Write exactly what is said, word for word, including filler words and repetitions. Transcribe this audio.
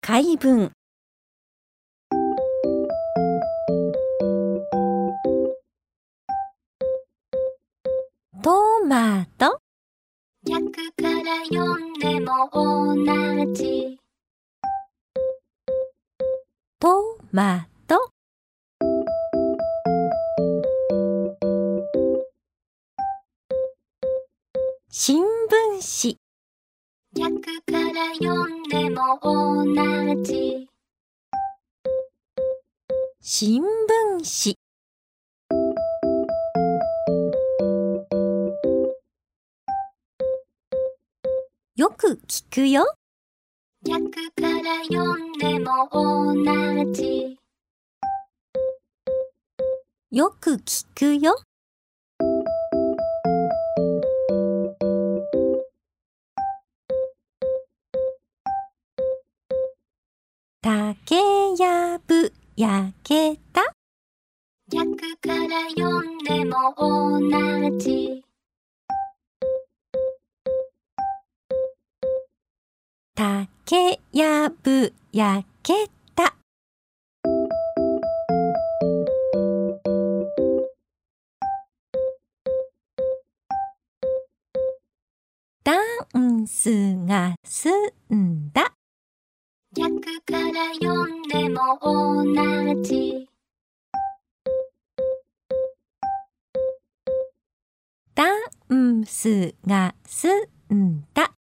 回文。トマト。 逆から読んでも同じ。 トマト。新聞紙。 逆から読んでも同じ。 新聞紙。よく聞くよ。 逆から読んでも同じ。 よく聞くよ。竹やぶ焼けた。 逆から読んでも同じ。 竹やぶ焼けた。ダンスが済んだ。 逆から読んでも同じ。 ダンスが済んだ。